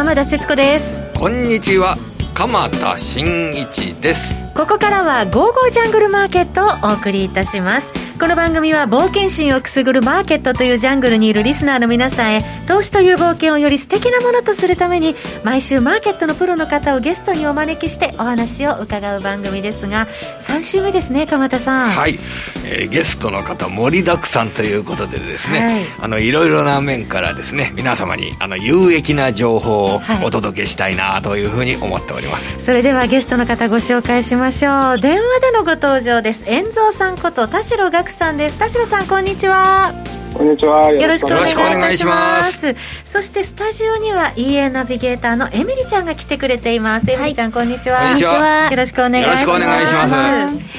浜田節子です。 こんにちは、鎌田新一です。 ここからはゴーゴージャングルマーケットをお送りいたします。この番組は冒険心をくすぐるマーケットというジャングルにいるリスナーの皆さんへ、投資という冒険をより素敵なものとするために、毎週マーケットのプロの方をゲストにお招きしてお話を伺う番組ですが、3週目ですね、鎌田さん。 はい、ゲストの方盛りだくさんということでですね、いろいろな面からですね、皆様に有益な情報をお届けしたいなというふうに思っております。 それではゲストの方ご紹介しましょう。電話でのご登場です。遠蔵さんこと田代岳さんです。田代さん、こんにちは。 こんにちは。 よろしくお願いします。 す。 そしてスタジオには EA ナビゲーターのエミリちゃんが来てくれています。エミリちゃん、こんにちは。 こんにちは。 よろしくお願いします。 よろしくお願いします。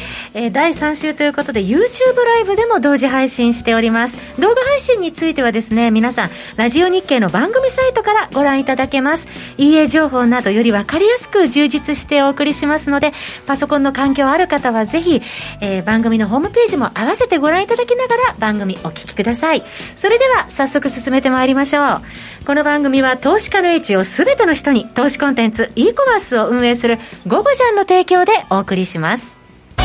第3週ということで YouTube ライブでも同時配信しております。動画配信についてはですね、皆さんラジオ日経の番組サイトからご覧いただけます。 EA 情報などより分かりやすく充実してお送りしますので、パソコンの環境ある方はぜひ、番組のホームページも合わせてご覧いただきながら番組お聞きください。それでは早速進めてまいりましょう。この番組は投資家の位置をすべての人に、投資コンテンツ e コマースを運営するゴゴジャンの提供でお送りします。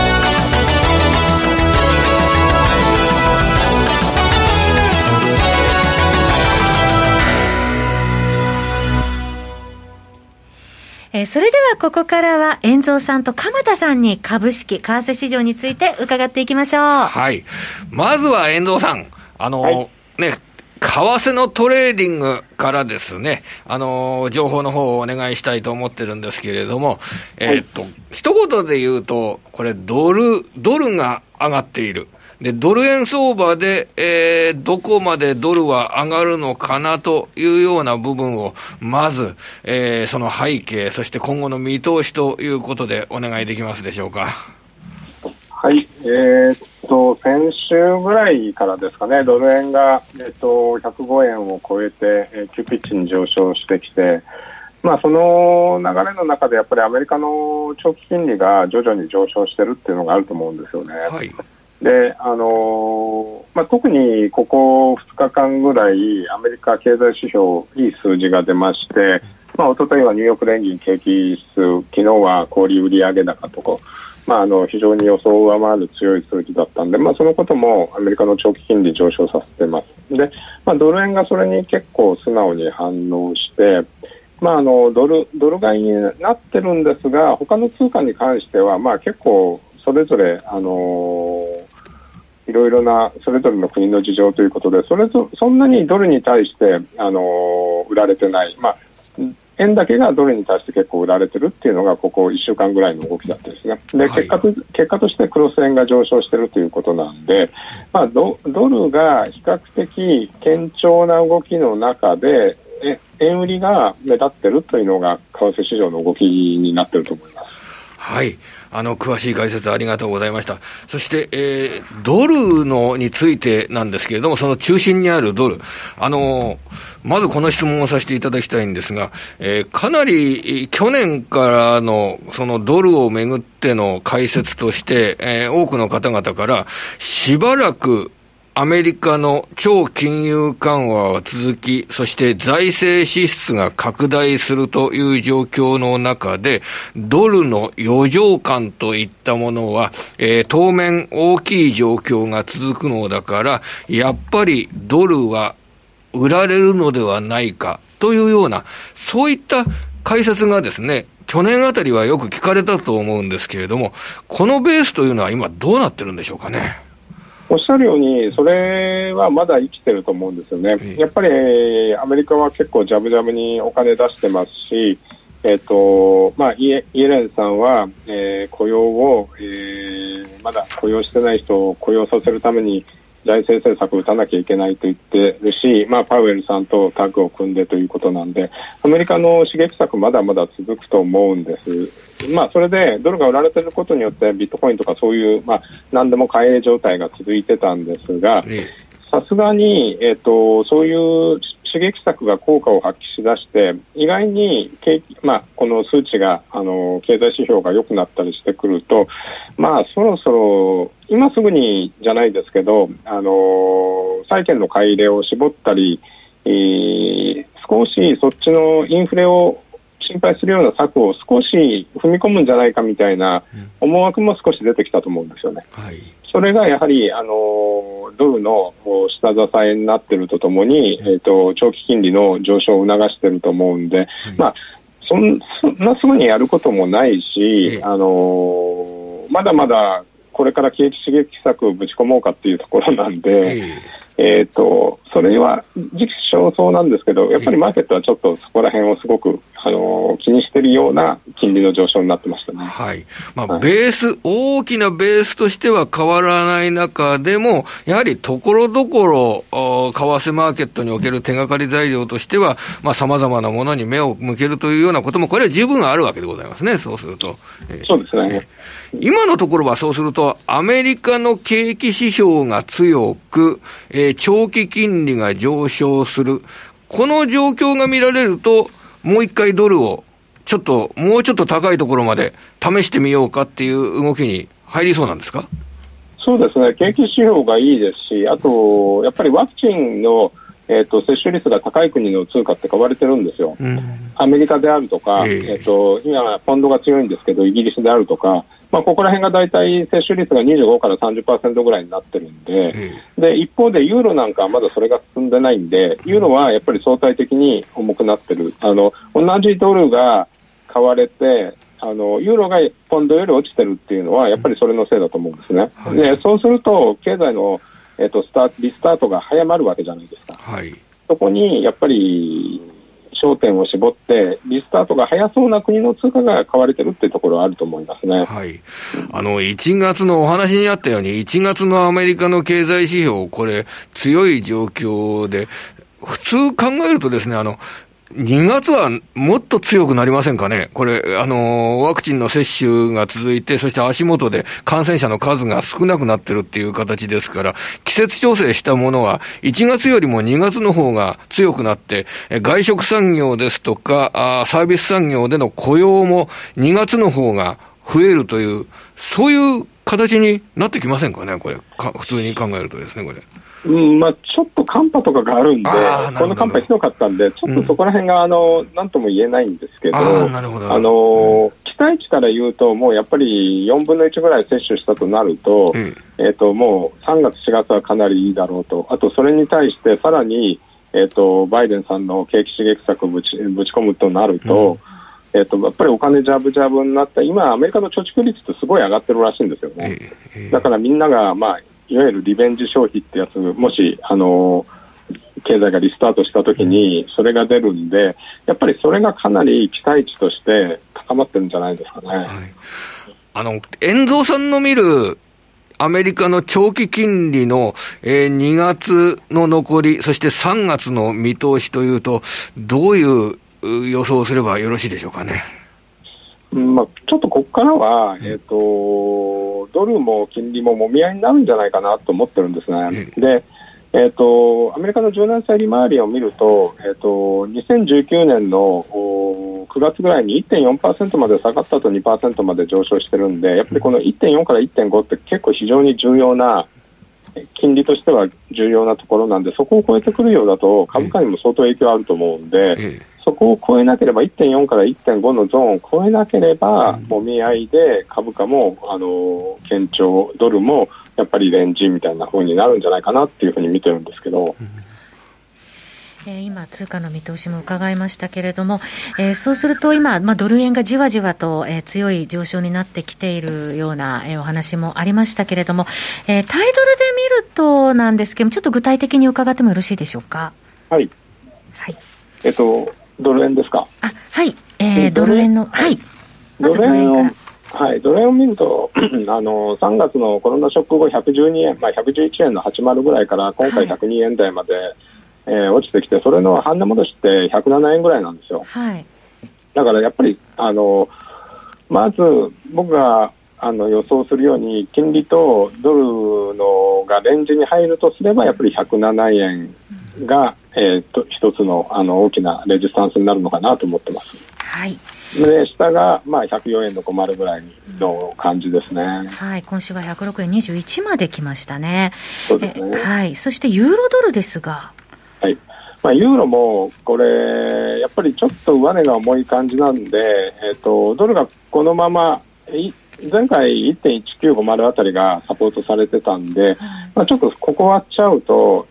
それではここからは遠蔵さんと鎌田さんに株式為替市場について伺っていきましょう。 はい、まずは遠蔵さん、為替のトレーディングからですね、情報の方をお願いしたいと思ってるんですけれども、一言で言うと、これドルが上がっている。で、ドル円相場で、どこまでドルは上がるのかなというような部分を、まず、その背景、そして今後の見通しということでお願いできますでしょうか。 はい、先週ぐらいからですかね、ドル円が、105円を超えて、急ピッチに上昇してきて、その流れの中でやっぱりアメリカの長期金利が徐々に上昇してるっていうのがあると思うんですよね。 はい。 で、特にここ2日間ぐらいアメリカ経済指標いい数字が出まして、一昨日はニューヨーク連銀景気指数、昨日は小売売上高とか、非常に予想を上回る強い数字だったんで、そのこともアメリカの長期金利上昇させてます。で、ドル円がそれに結構素直に反応して、ドル買いになってるんですが、他の通貨に関しては結構それぞれいろいろなそれぞれの国の事情ということで、そんなにドルに対して売られてない、円だけがドルに対して結構売られてるっていうのがここ1週間ぐらいの動きだったですね。で、結果としてクロス円が上昇してるということなんで、ドルが比較的堅調な動きの中で円売りが目立ってるというのが為替市場の動きになってると思います。 はい。詳しい解説ありがとうございました。そして、ドルについてなんですけれども、その中心にあるドル。まずこの質問をさせていただきたいんですが、かなり去年からのそのドルをめぐっての解説として、多くの方々からしばらくアメリカの超金融緩和は続き、そして財政支出が拡大するという状況の中で、ドルの余剰感といったものは、当面大きい状況が続くのだから、やっぱりドルは売られるのではないかというような、そういった解説がですね、去年あたりはよく聞かれたと思うんですけれども、このベースというのは今どうなってるんでしょうかね。 おっしゃるように、それはまだ生きてると思うんですよね。やっぱりアメリカは結構ジャブジャブにお金出してますし、イエレンさんは、雇用を、まだ雇用してない人を雇用させるために財政政策を打たなきゃいけないと言ってるし、パウエルさんとタッグを組んでということなんで、アメリカの刺激策まだまだ続くと思うんです。それでドルが売られていることによってビットコインとかそういう、何でも買え状態が続いてたんですが、さすがに、そういう刺激策が効果を発揮しだして、意外にこの数値が経済指標が良くなったりしてくると、そろそろ今すぐにじゃないですけど、債券の買い入れを絞ったり、 少しそっちのインフレを心配するような策を少し踏み込むんじゃないかみたいな思惑も少し出てきたと思うんですよね。はい、それがやはりドルの下支えになっているとともに、長期金利の上昇を促していると思うんで、そんなすぐにやることもないし、まだまだこれから景気刺激策をぶち込もうかっていうところなんで、それは時期尚早なんですけど、やっぱりマーケットはちょっとそこら辺をすごく気にしているような金利の上昇になってましたね。 はい。ベース、大きなベースとしては変わらない中でも、やはりところどころ、為替マーケットにおける手がかり材料としては、様々なものに目を向けるというようなことも、これは十分あるわけでございますね、そうすると。 そうですね。 今のところはそうすると、アメリカの景気指標が強く、長期金利が上昇する。この状況が見られると、もう一回ドルをもうちょっと高いところまで試してみようかっていう動きに入りそうなんですか？ そうですね。景気指標がいいですし、あと、やっぱりワクチンの、接種率が高い国の通貨って買われてるんですよ。アメリカであるとか、今、ポンドが強いんですけど、イギリスであるとか、ここら辺がだいたい接種率が25から 30% ぐらいになってるんで、で、一方でユーロなんかはまだそれが進んでないんで、ユーロはやっぱり相対的に重くなってる。同じドルが買われて、ユーロがポンドより落ちてるっていうのは、やっぱりそれのせいだと思うんですね。で、そうすると、経済のリスタートが早まるわけじゃないですか。はい、そこにやっぱり焦点を絞ってリスタートが早そうな国の通貨が買われてるっていうところはあると思いますね。 はい。1月のお話にあったように、1月のアメリカの経済指標、これ強い状況で、普通考えるとですね、2月はもっと強くなりませんかね。これ、ワクチンの接種が続いて、そして足元で感染者の数が少なくなってるっていう形ですから、季節調整したものは1月よりも2月の方が強くなって、外食産業ですとか、サービス産業での雇用も2月の方が増えるという、そういう形になってきませんかね、これ。普通に考えるとですね、これ。 ちょっと寒波とかがあるんで、この寒波ひどかったんで、ちょっとそこら辺が、なんとも言えないんですけど、期待値から言うと、もうやっぱり4分の1ぐらい接種したとなると、もう3月、4月はかなりいいだろうと、あとそれに対してさらに、バイデンさんの景気刺激策をぶち込むとなると、やっぱりお金ジャブジャブになって、今、アメリカの貯蓄率ってすごい上がってるらしいんですよね。だからみんなが、いわゆるリベンジ消費ってやつ、もし、経済がリスタートしたときに、それが出るんで、やっぱりそれがかなり期待値として高まってるんじゃないですかね。 はい、遠藤さんの見る、アメリカの長期金利の、2月の残り、そして3月の見通しというと、どういう予想をすればよろしいでしょうかね。 ちょっとここからは、ドルも金利ももみ合いになるんじゃないかなと思ってるんですね。で、アメリカの10年債利回りを見ると、2019年の9月ぐらいに 1.4% まで下がったと 2% まで上昇してるんで、やっぱりこの 1.4 から 1.5 って結構非常に重要な、金利としては重要なところなんで、そこを超えてくるようだと株価にも相当影響あると思うんで、そこを超えなければ 1.4 から 1.5 のゾーンを超えなければ、もみ合いで株価も堅調、ドルもやっぱりレンジみたいな風になるんじゃないかなっていうふうに見てるんですけど、 今通貨の見通しも伺いましたけれども、そうすると今、ドル円がじわじわと、強い上昇になってきているような、お話もありましたけれども、対ドルで見るとなんですけども、ちょっと具体的に伺ってもよろしいでしょうか。 はい、はい、ドル円ですか。 はい、ドル円の、はい、まずドル円から。ドル円を見ると3月のコロナショック後112円、111円の80ぐらいから今回102円台まで、落ちてきて、それの半値戻しって107円ぐらいなんですよ。はい、だからやっぱりまず僕が予想するように金利とドルのがレンジに入るとすればやっぱり107円が、一つの大きなレジスタンスになるのかなと思ってます。はい、で下が104円の50ぐらいの感じですね。 はい、今週は106円21まで来ましたね。 そうですね。 はい、そしてユーロドルですが、 はい、 ユーロもこれやっぱりちょっと上値が重い感じなんで、ドルがこのまま前回 1.1950 あたりがサポートされてたんで、ちょっとここ割っちゃうと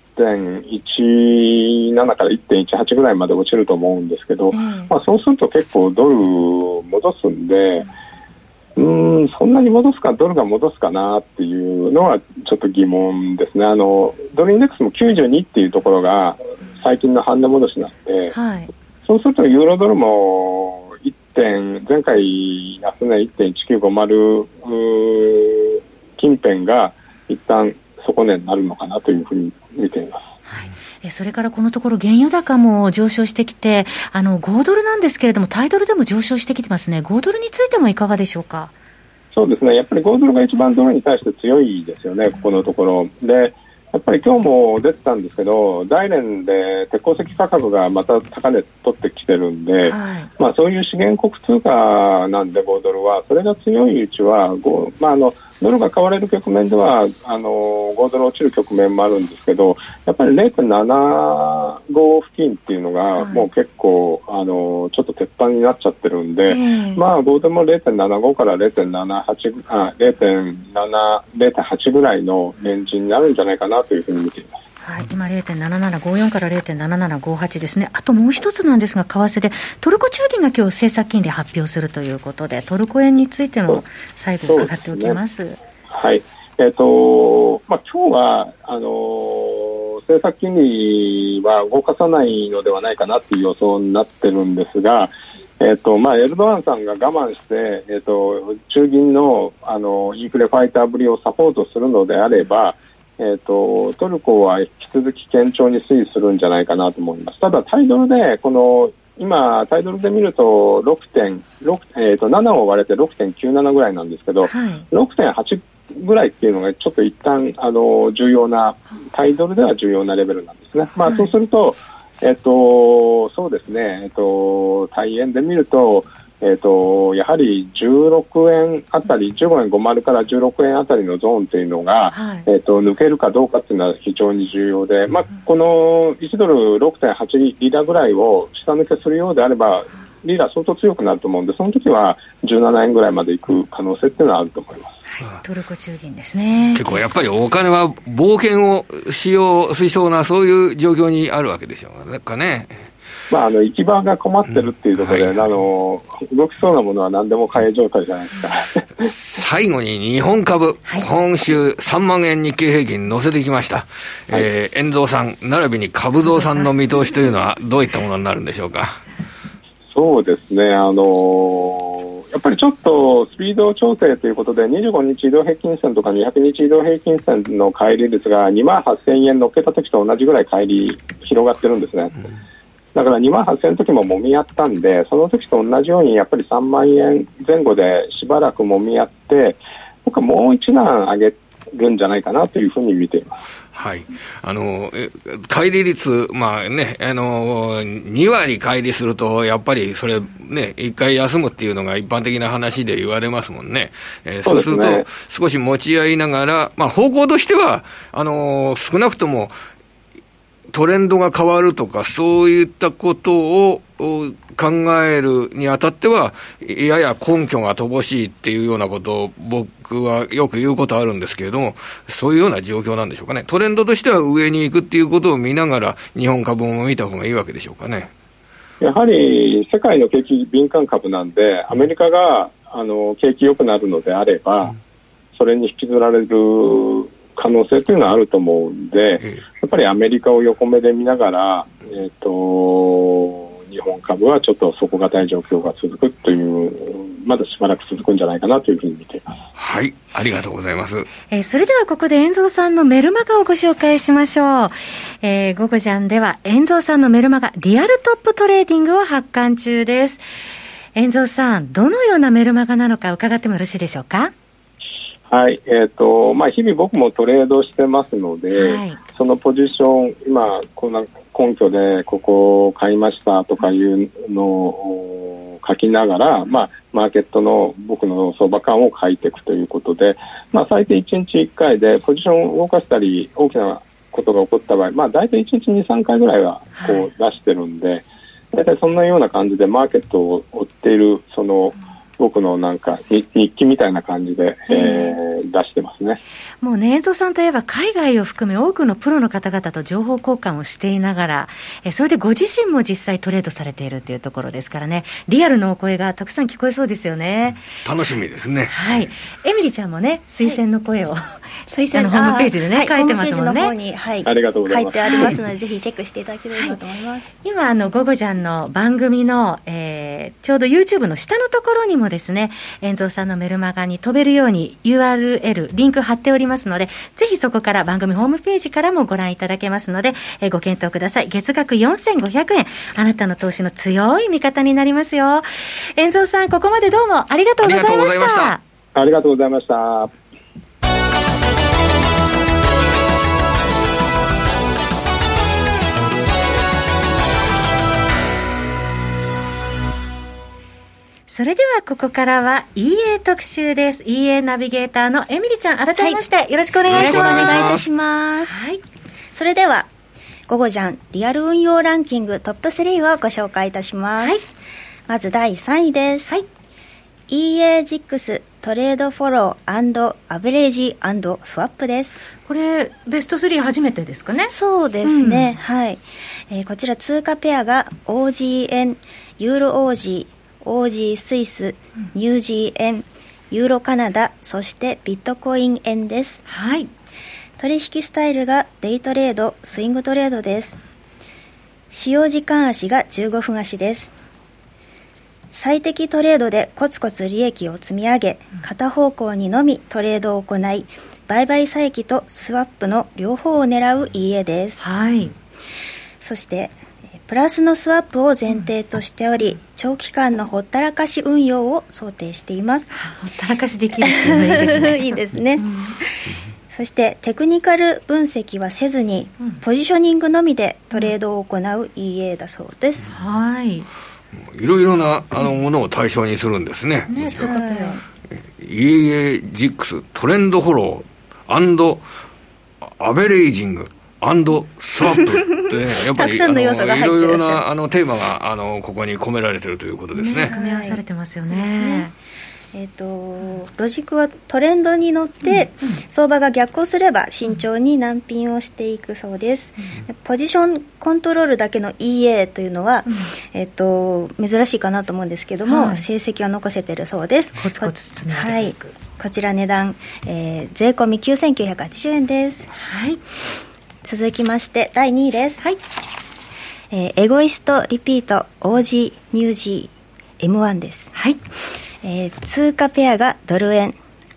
1.17 から 1.18 ぐらいまで落ちると思うんですけど、そうすると結構ドル戻すんで、そんなに戻すか、ドルが戻すかなっていうのはちょっと疑問ですね。ドルインデックスも92っていうところが最近の半値戻しなんで、そうするとユーロドルも前回安値 1.1950 近辺が一旦底値になるのかなというふうに見ています。 それからこのところ原油高も上昇してきて、5ドルなんですけれどもタイドルでも上昇してきてますね。5ドルについてもいかがでしょうか。 そうですね、やっぱり5ドルが一番ドルに対して強いですよね、ここのところで。やっぱり今日も出てたんですけど、大連で鉄鉱石価格がまた高値取ってきてるんで、そういう資源国通貨なんで5ドルはそれが強いうちはドルが買われる局面では5ドル落ちる局面もあるんですけど、やっぱり 0.75 付近っていうのがもう結構ちょっと鉄板になっちゃってるんで、5ドルも 0.75 から 0.8 ぐらいのレンジになるんじゃないかなというふうに見ています。 今 0.7754 から 0.7758 ですね。あともう一つなんですが、為替でトルコ中銀が今日政策金利発表するということで、トルコ円についても最後伺っておきます。 今日は政策金利は動かさないのではないかなという予想になってるんですが、エルドアンさんが我慢して、中銀のインフレファイターぶりをサポートするのであれば、トルコは引き続き堅調に推移するんじゃないかなと思います。ただタイドルで今タイドルで見ると7を割れて 6.97 ぐらいなんですけど、6.8 ぐらいっていうのがちょっと一旦重要な、タイドルでは重要なレベルなんですね。そうするとそうですね、対円で見るとやはり16円あたり、15円50から16円あたりのゾーンというのが、抜けるかどうかっていうのは非常に重要で、この1ドル 6.8 リラぐらいを下抜けするようであれば、リラ相当強くなると思うんで、その時は17円ぐらいまでいく可能性っていうのはあると思います。 トルコ中銀ですね。 結構やっぱりお金は冒険をしそうな、そういう状況にあるわけでしょうかね。 行き場が困ってるっていうところで、動きそうなものは何でも買え状態じゃないですか。 最後に日本株、今週3万円日経平均乗せてきました。円蔵さん並びに株蔵さんの見通しというのはどういったものになるんでしょうか。 そうですね、やっぱりちょっとスピード調整ということで、25日移動平均線とか200日移動平均線の乖離率が 28,000 円乗っけた時と同じぐらい乖離広がってるんですね。だから 28,000 の時も揉み合ったんで、その時と同じようにやっぱり3万円前後でしばらく揉み合って、僕はもう一段上げるんじゃないかなというふうに見ています。 乖離率、2割乖離すると、やっぱりそれね、一回休むっていうのが一般的な話で言われますもんね。そうすると、少し持ち合いながら、方向としては、少なくとも、トレンドが変わるとか、そういったことを考えるにあたっては、やや根拠が乏しいっていうようなことを僕はよく言うことあるんですけれども、そういうような状況なんでしょうかね。トレンドとしては上に行くっていうことを見ながら、日本株も見た方がいいわけでしょうかね。 やはり世界の景気敏感株なんで、アメリカが景気良くなるのであれば、それに引きずられる可能性というのはあると思うんで、やっぱりアメリカを横目で見ながら、日本株はちょっと底堅い状況が続くという、まだしばらく続くんじゃないかなというふうに見ています。 はい、ありがとうございます。 それではここで円蔵さんのメルマガをご紹介しましょう。ゴゴジャンでは円蔵さんのメルマガリアルトップトレーディングを発刊中です。円蔵さん、どのようなメルマガなのか伺ってもよろしいでしょうか。 はい、日々僕もトレードしてますので、そのポジション、今こんな根拠でここを買いましたとかいうのを書きながら、マーケットの僕の相場感を書いていくということで、最低1日1回でポジションを動かしたり大きなことが起こった場合、大体1日 2,3 回ぐらいはこう出してるんで、大体そんなような感じでマーケットを追っているその僕のなんか日記みたいな感じで、出してますね。 もうね、遠蔵さんといえば海外を含め多くのプロの方々と情報交換をしていながら、それでご自身も実際トレードされているというところですからね、リアルのお声がたくさん聞こえそうですよね。 楽しみですね。 はい。エミリちゃんもね、推薦の声を、 推薦ホームページでね、書いてますもんね。 ホームページの方に、 ありがとうございます。 書いてありますので、ぜひチェックしていただければと思います。 今ゴゴジャンの番組の、ちょうど YouTube の下のところにもですね、遠蔵さんのメルマガに飛べるように URL リンク貼っておりますので、ぜひそこから番組ホームページからもご覧いただけますので、ご検討ください。月額4500円、あなたの投資の強い味方になりますよ。遠蔵さん、ここまでどうもありがとうございました。 ありがとうございました。 それではここからは EA 特集です。 EA ナビゲーターのエミリちゃん、改めましてよろしくお願いします。 よろしくお願いいたします。 はい、それではゴゴジャンリアル運用ランキングトップ3をご紹介いたします。はい、まず第3位です。はい、EAGX トレードフォロー&アベレージ&スワップです。 これベスト3初めてですかね。 そうですね、はい。こちら通貨ペアが OG 円、ユーロ OG、OG スイス、ニュージー円、ユーロカナダ、そしてビットコイン円です。 はい。 取引スタイルがデイトレード、スイングトレードです。使用時間足が15分足です。最適トレードでコツコツ利益を積み上げ、片方向にのみトレードを行い、売買差益とスワップの両方を狙う EA です。 はい。 そしてプラスのスワップを前提としており、長期間のほったらかし運用を想定しています。 ほったらかしできるっていうのいいですね。 いいですね。そしてテクニカル分析はせずに、ポジショニングのみでトレードを行う EA だそうです。 はい。 いろいろなものを対象にするんですね。EAGX トレンドフォロー&アベレージング&スワップってね、やっぱりいろいろなテーマがここに込められているということですね。 組み合わされてますよね。 ロジックはトレンドに乗って、相場が逆行すれば慎重に難品をしていくそうです。ポジションコントロールだけの EA というのは、珍しいかなと思うんですけども、成績は残せてるそうです。 コツコツ積み上げていく。はい、 こちら値段、税込み9980円です。 はい。 続きまして第2位です。 はい。 エゴイストリピート OG ニュージー M1 です。 はい。 通貨ペアがドル、円、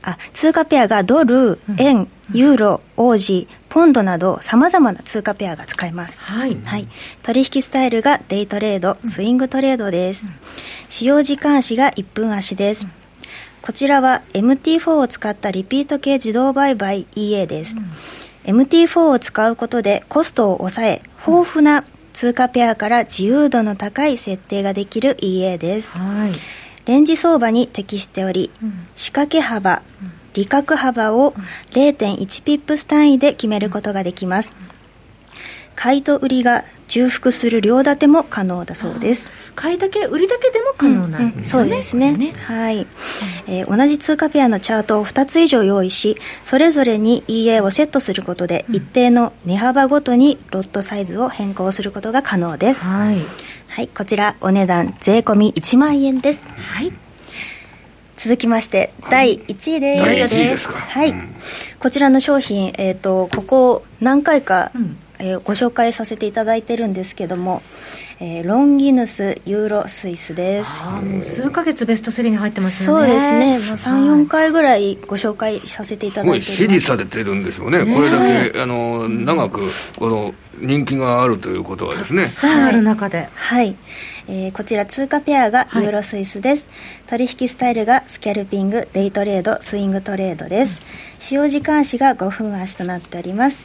ユーロ、OG、ポンドなど様々な通貨ペアが使えます。 はい。 はい。取引スタイルがデイトレード、スイングトレードです。使用時間足が1分足です。こちらは MT4 を使ったリピート系自動売買 EA です。MT4 を使うことでコストを抑え、豊富な通貨ペアから自由度の高い設定ができる EA です。 はい。 レンジ相場に適しており、仕掛け幅、利確幅を 0.1 ピップス単位で決めることができます。買いと売りが重複する両立ても可能だそうです。 買いだけ売りだけでも可能なんですよね。 そうですね。はい。同じ通貨ペアのチャートを2つ以上用意し、それぞれに EA をセットすることで、一定の値幅ごとにロットサイズを変更することが可能です。 はい。 はい、こちらお値段税込み1万円です。 はい。 続きまして第1位です。 第1位ですか。 はい。こちらの商品、ここ何回か、ご紹介させていただいてるんですけども、ロンギヌスユーロスイスです。 もう数ヶ月ベスト3に入ってますよね。 そうですね。もう 3,4 回ぐらいご紹介させていただいています。 支持されてるんでしょうね。これだけ長くこの人気があるということはですね。 さあある中で、 はい。こちら通貨ペアがユーロスイスです。取引スタイルがスキャルピング、デイトレード、スイングトレードです。使用時間足が5分足となっております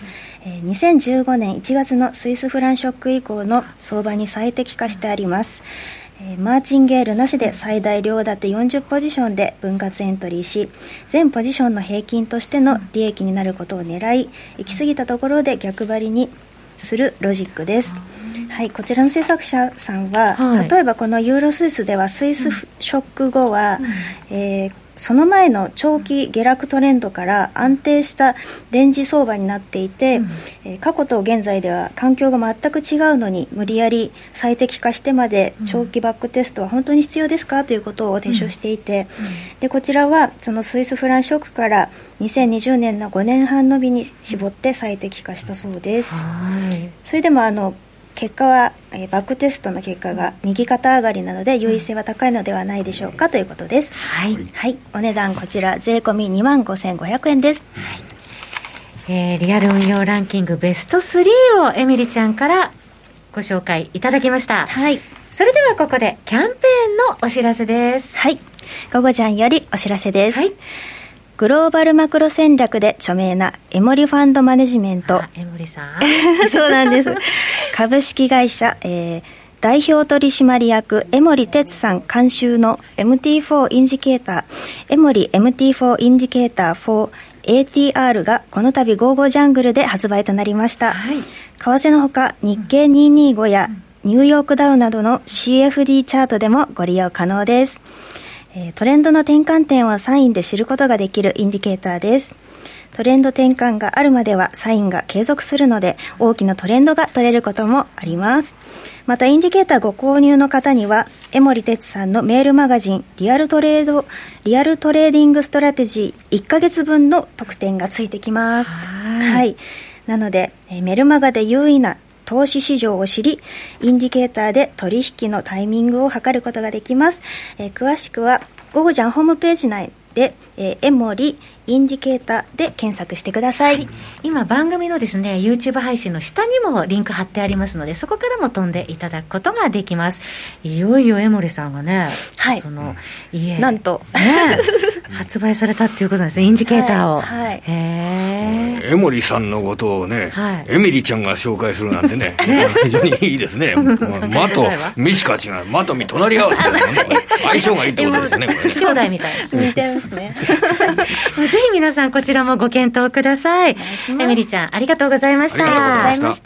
。2015年1月のスイスフランショック以降の相場に最適化してあります。 マーチンゲールなしで最大両立て40ポジションで分割エントリーし、全ポジションの平均としての利益になることを狙い、行き過ぎたところで逆張りにするロジックです。はい、こちらの制作者さんは、例えばこのユーロスイスではスイスショック後は、その前の長期下落トレンドから安定したレンジ相場になっていて、過去と現在では環境が全く違うのに無理やり最適化してまで長期バックテストは本当に必要ですかということを提唱していて、でこちらはそのスイスフランショックから2020年の5年半のみに絞って最適化したそうです。それでも結果は、バックテストの結果が右肩上がりなので優位性は高いのではないでしょうかということです。はい、お値段こちら税込み 25,500 円です。 リアル運用ランキングベスト3をエミリちゃんからご紹介いただきました。はい、それではここでキャンペーンのお知らせです。 はい、ゴゴちゃんよりお知らせです。はい、グローバルマクロ戦略で著名なエモリファンドマネジメント。 エモリさんそうなんです。株式会社、代表取締役江森哲さん監修の MT4 インジケーター、エモリ MT4 インジケーター for ATR がこの度ゴーゴージャングルで発売となりました。はい、為替のほか日経225やニューヨークダウなどの CFD チャートでもご利用可能です。トレンドの転換点をサインで知ることができるインディケーターです。トレンド転換があるまではサインが継続するので大きなトレンドが取れることもあります。またインディケーターご購入の方には江森哲さんのメールマガジンリアルトレーディングストラテジー1ヶ月分の特典がついてきます。はい、なのでメルマガで優位な投資市場を知り、インディケーターで取引のタイミングを測ることができます。詳しくはゴゴジャンホームページ内で、エモリインディケーターで検索してください。はい、 今番組のですね YouTube 配信の下にもリンク貼ってありますので、そこからも飛んでいただくことができます。いよいよエモリさんがね、 はい、 その家なんと、 ね、発売されたっていうことなんですね、インディケーターを。はい、 エモリさんのことをね、エミリちゃんが紹介するなんてね非常にいいですね。マとミシカ違う、マとミ隣り合わせですね。相性がいいってことですよね。これね、 兄弟みたいな似てますね。 ぜひ皆さんこちらもご検討ください。エミリちゃんありがとうございました。 ありがとうございました。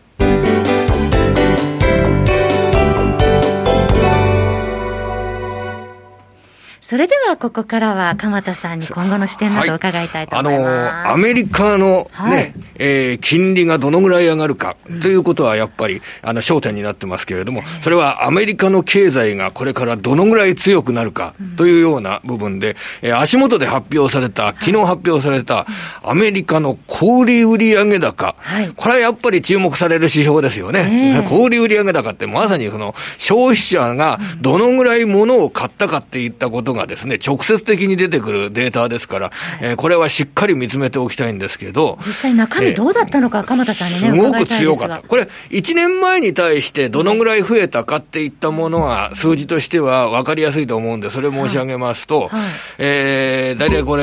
それではここからは鎌田さんに今後の視点など伺いたいと思います。 アメリカのね、金利がどのぐらい上がるかということはやっぱり焦点になってますけれども、それはアメリカの経済がこれからどのぐらい強くなるかというような部分で、足元で発表された、昨日発表されたアメリカの小売売上高、これはやっぱり注目される指標ですよね。小売売上高ってまさにその消費者がどのぐらい物を買ったかっていったことがですね、直接的に出てくるデータですから、これはしっかり見つめておきたいんですけど、 実際中身どうだったのか、鎌田さんにね、 すごく強かった。これ1年前に対してどのぐらい増えたかっていったものは数字としては分かりやすいと思うんで、それを申し上げますと、大体これ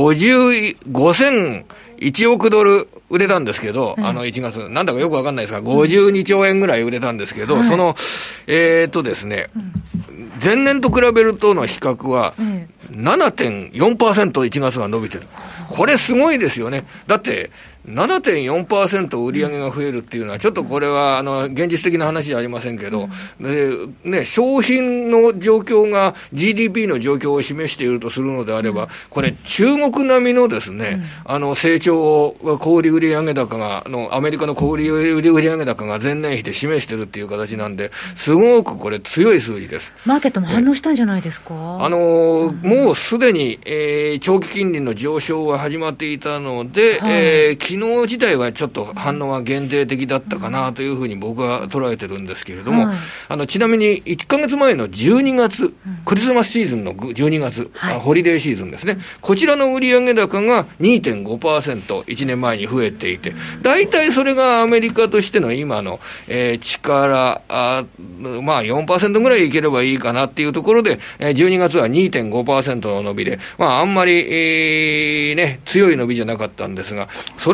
51億ドル売れたんですけど、1月、なんだかよく分かんないですが、52兆円ぐらい売れたんですけど、その、ですね、前年と比べるとの比較は 7.4% 1月が伸びてる。これすごいですよね。だって 7.4% 売り上げが増えるっていうのは、ちょっとこれは現実的な話じゃありませんけど、商品の状況が GDP の状況を示しているとするのであれば、これ中国並みのですね、成長を小売売上高がアメリカの小売売上高が前年比で示しているっていう形なんで、すごくこれ強い数字です。 マーケットも反応したんじゃないですか。 もうすでに、長期金利の上昇が始まっていたので、昨日自体はちょっと反応が限定的だったかなというふうに僕は捉えてるんですけれども、ちなみに1ヶ月前の12月、クリスマスシーズンの12月、ホリデーシーズンですね、こちらの売上高が 2.5% 1年前に増えていて、大体それがアメリカとしての今の、力、4% ぐらいいければいいかなっていうところで、12月は 2.5% の伸びで、あんまり、強い伸びじゃなかったんですが、それ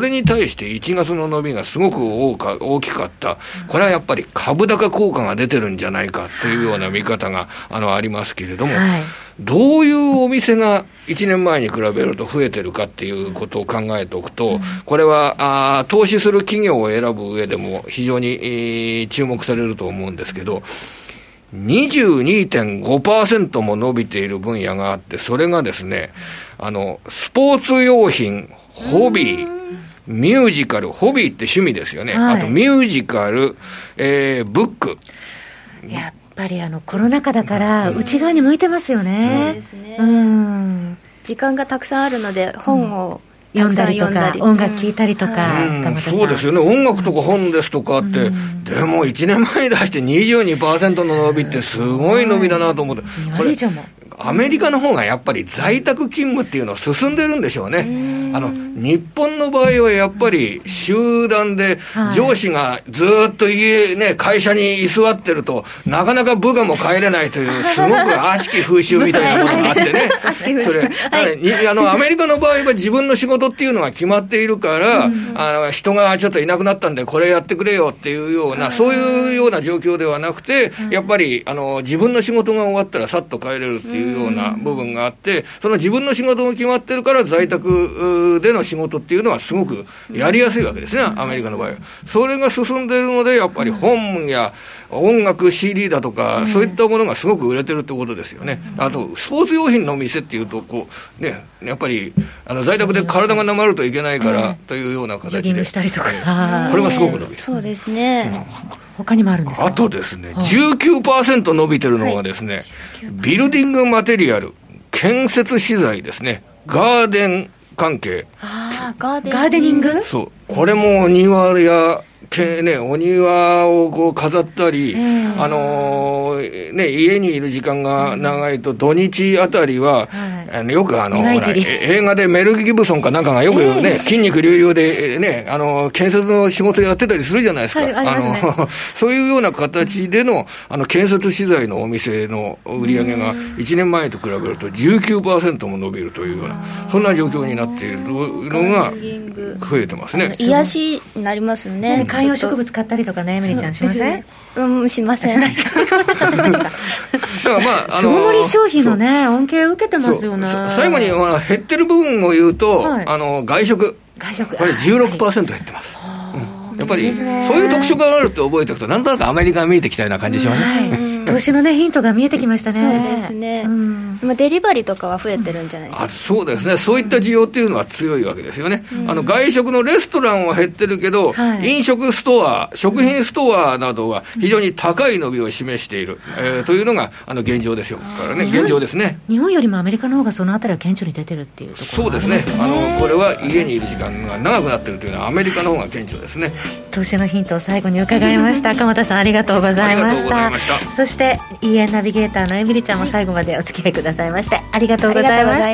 れに対して1月の伸びがすごく大きかった。これはやっぱり株高効果が出てるんじゃないかというような見方がありますけれども、はい、どういうお店が1年前に比べると増えてるかっていうことを考えておくと、これは投資する企業を選ぶ上でも非常に、注目されると思うんですけど、22.5% も伸びている分野があって、それがですね、スポーツ用品、ホビー、ミュージカル、ホビーって趣味ですよね。はい、あとミュージカル、ブック。 やっぱりコロナ禍だから内側に向いてますよね。 そうですね。時間がたくさんあるので本を、 読んだりとか音楽聴いたりとか、 そうですよね。音楽とか本ですとかって、でも1年前に出して 22% の伸びってすごい伸びだなと思って、これアメリカの方がやっぱり在宅勤務っていうのは進んでるんでしょうね。日本の場合はやっぱり集団で上司がずっと会社に居座ってるとなかなか部下も帰れないというすごく悪しき風習みたいなものがあってね。それ、アメリカの場合は自分の仕事っていうのが決まっているから、人がちょっといなくなったんでこれやってくれよっていうような、そういうような状況ではなくて、やっぱり自分の仕事が終わったらさっと帰れるっていうような部分があって、その自分の仕事が決まってるから在宅での仕事っていうのはすごくやりやすいわけですね、アメリカの場合は。それが進んでいるので、やっぱり本や音楽 CD だとか、そういったものがすごく売れてるってことですよね。あとスポーツ用品の店っていうとやっぱり在宅で体がなまるといけないからというような形で、 ジョギングしたりとか、 これがすごく伸びる。 そうですね。 他にもあるんですか？ あとですね、19% 伸びてるのがですね、ビルディングマテリアル、建設資材ですね、ガーデン関係。 ガーデニング？ そう。これも庭やお庭をこう飾ったり、家にいる時間が長いと土日あたりは、よく映画でメル・ギブソンかなんかがよく筋肉隆々で建設の仕事やってたりするじゃないですか。そういうような形での建設資材のお店の売り上げが1年前と比べると 19% も伸びるというような、そんな状況になっているのが増えてますね。 癒しになりますよね。 観葉植物買ったりとかね、エミリちゃんしません？ しません。 だから総盛り消費のね、恩恵を受けてますよね。 最後に減ってる部分を言うと、外食。これ 16% 減ってます。やっぱりそういう特徴があるって覚えておくと、なんとなくアメリカが見えてきたような感じでしょうね。 投資のヒントが見えてきましたね。 そうですね。デリバリーとかは増えてるんじゃないですか。 そうですね。そういった需要っていうのは強いわけですよね。外食のレストランは減ってるけど、飲食ストア、食品ストアなどは非常に高い伸びを示している、というのが現状ですよ。からね、現状ですね。 日本よりもアメリカの方がそのあたりは顕著に出てるっていうところ、 そうですね。これは家にいる時間が長くなってるというのはアメリカの方が顕著ですね。 投資のヒントを最後に伺いました。鎌田さん、ありがとうございました。そして EN ナビゲーターのエミリちゃんも最後までお付き合いくださいましてありがとうございました。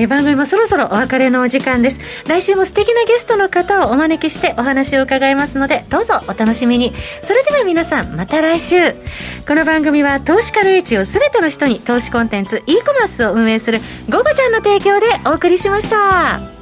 番組もそろそろお別れのお時間です。来週も素敵なゲストの方をお招きしてお話を伺いますので、どうぞお楽しみに。それでは皆さん、また来週。この番組は投資家の位置をすべての人に投資コンテンツ e コマースを運営するゴゴちゃんの提供でお送りしました。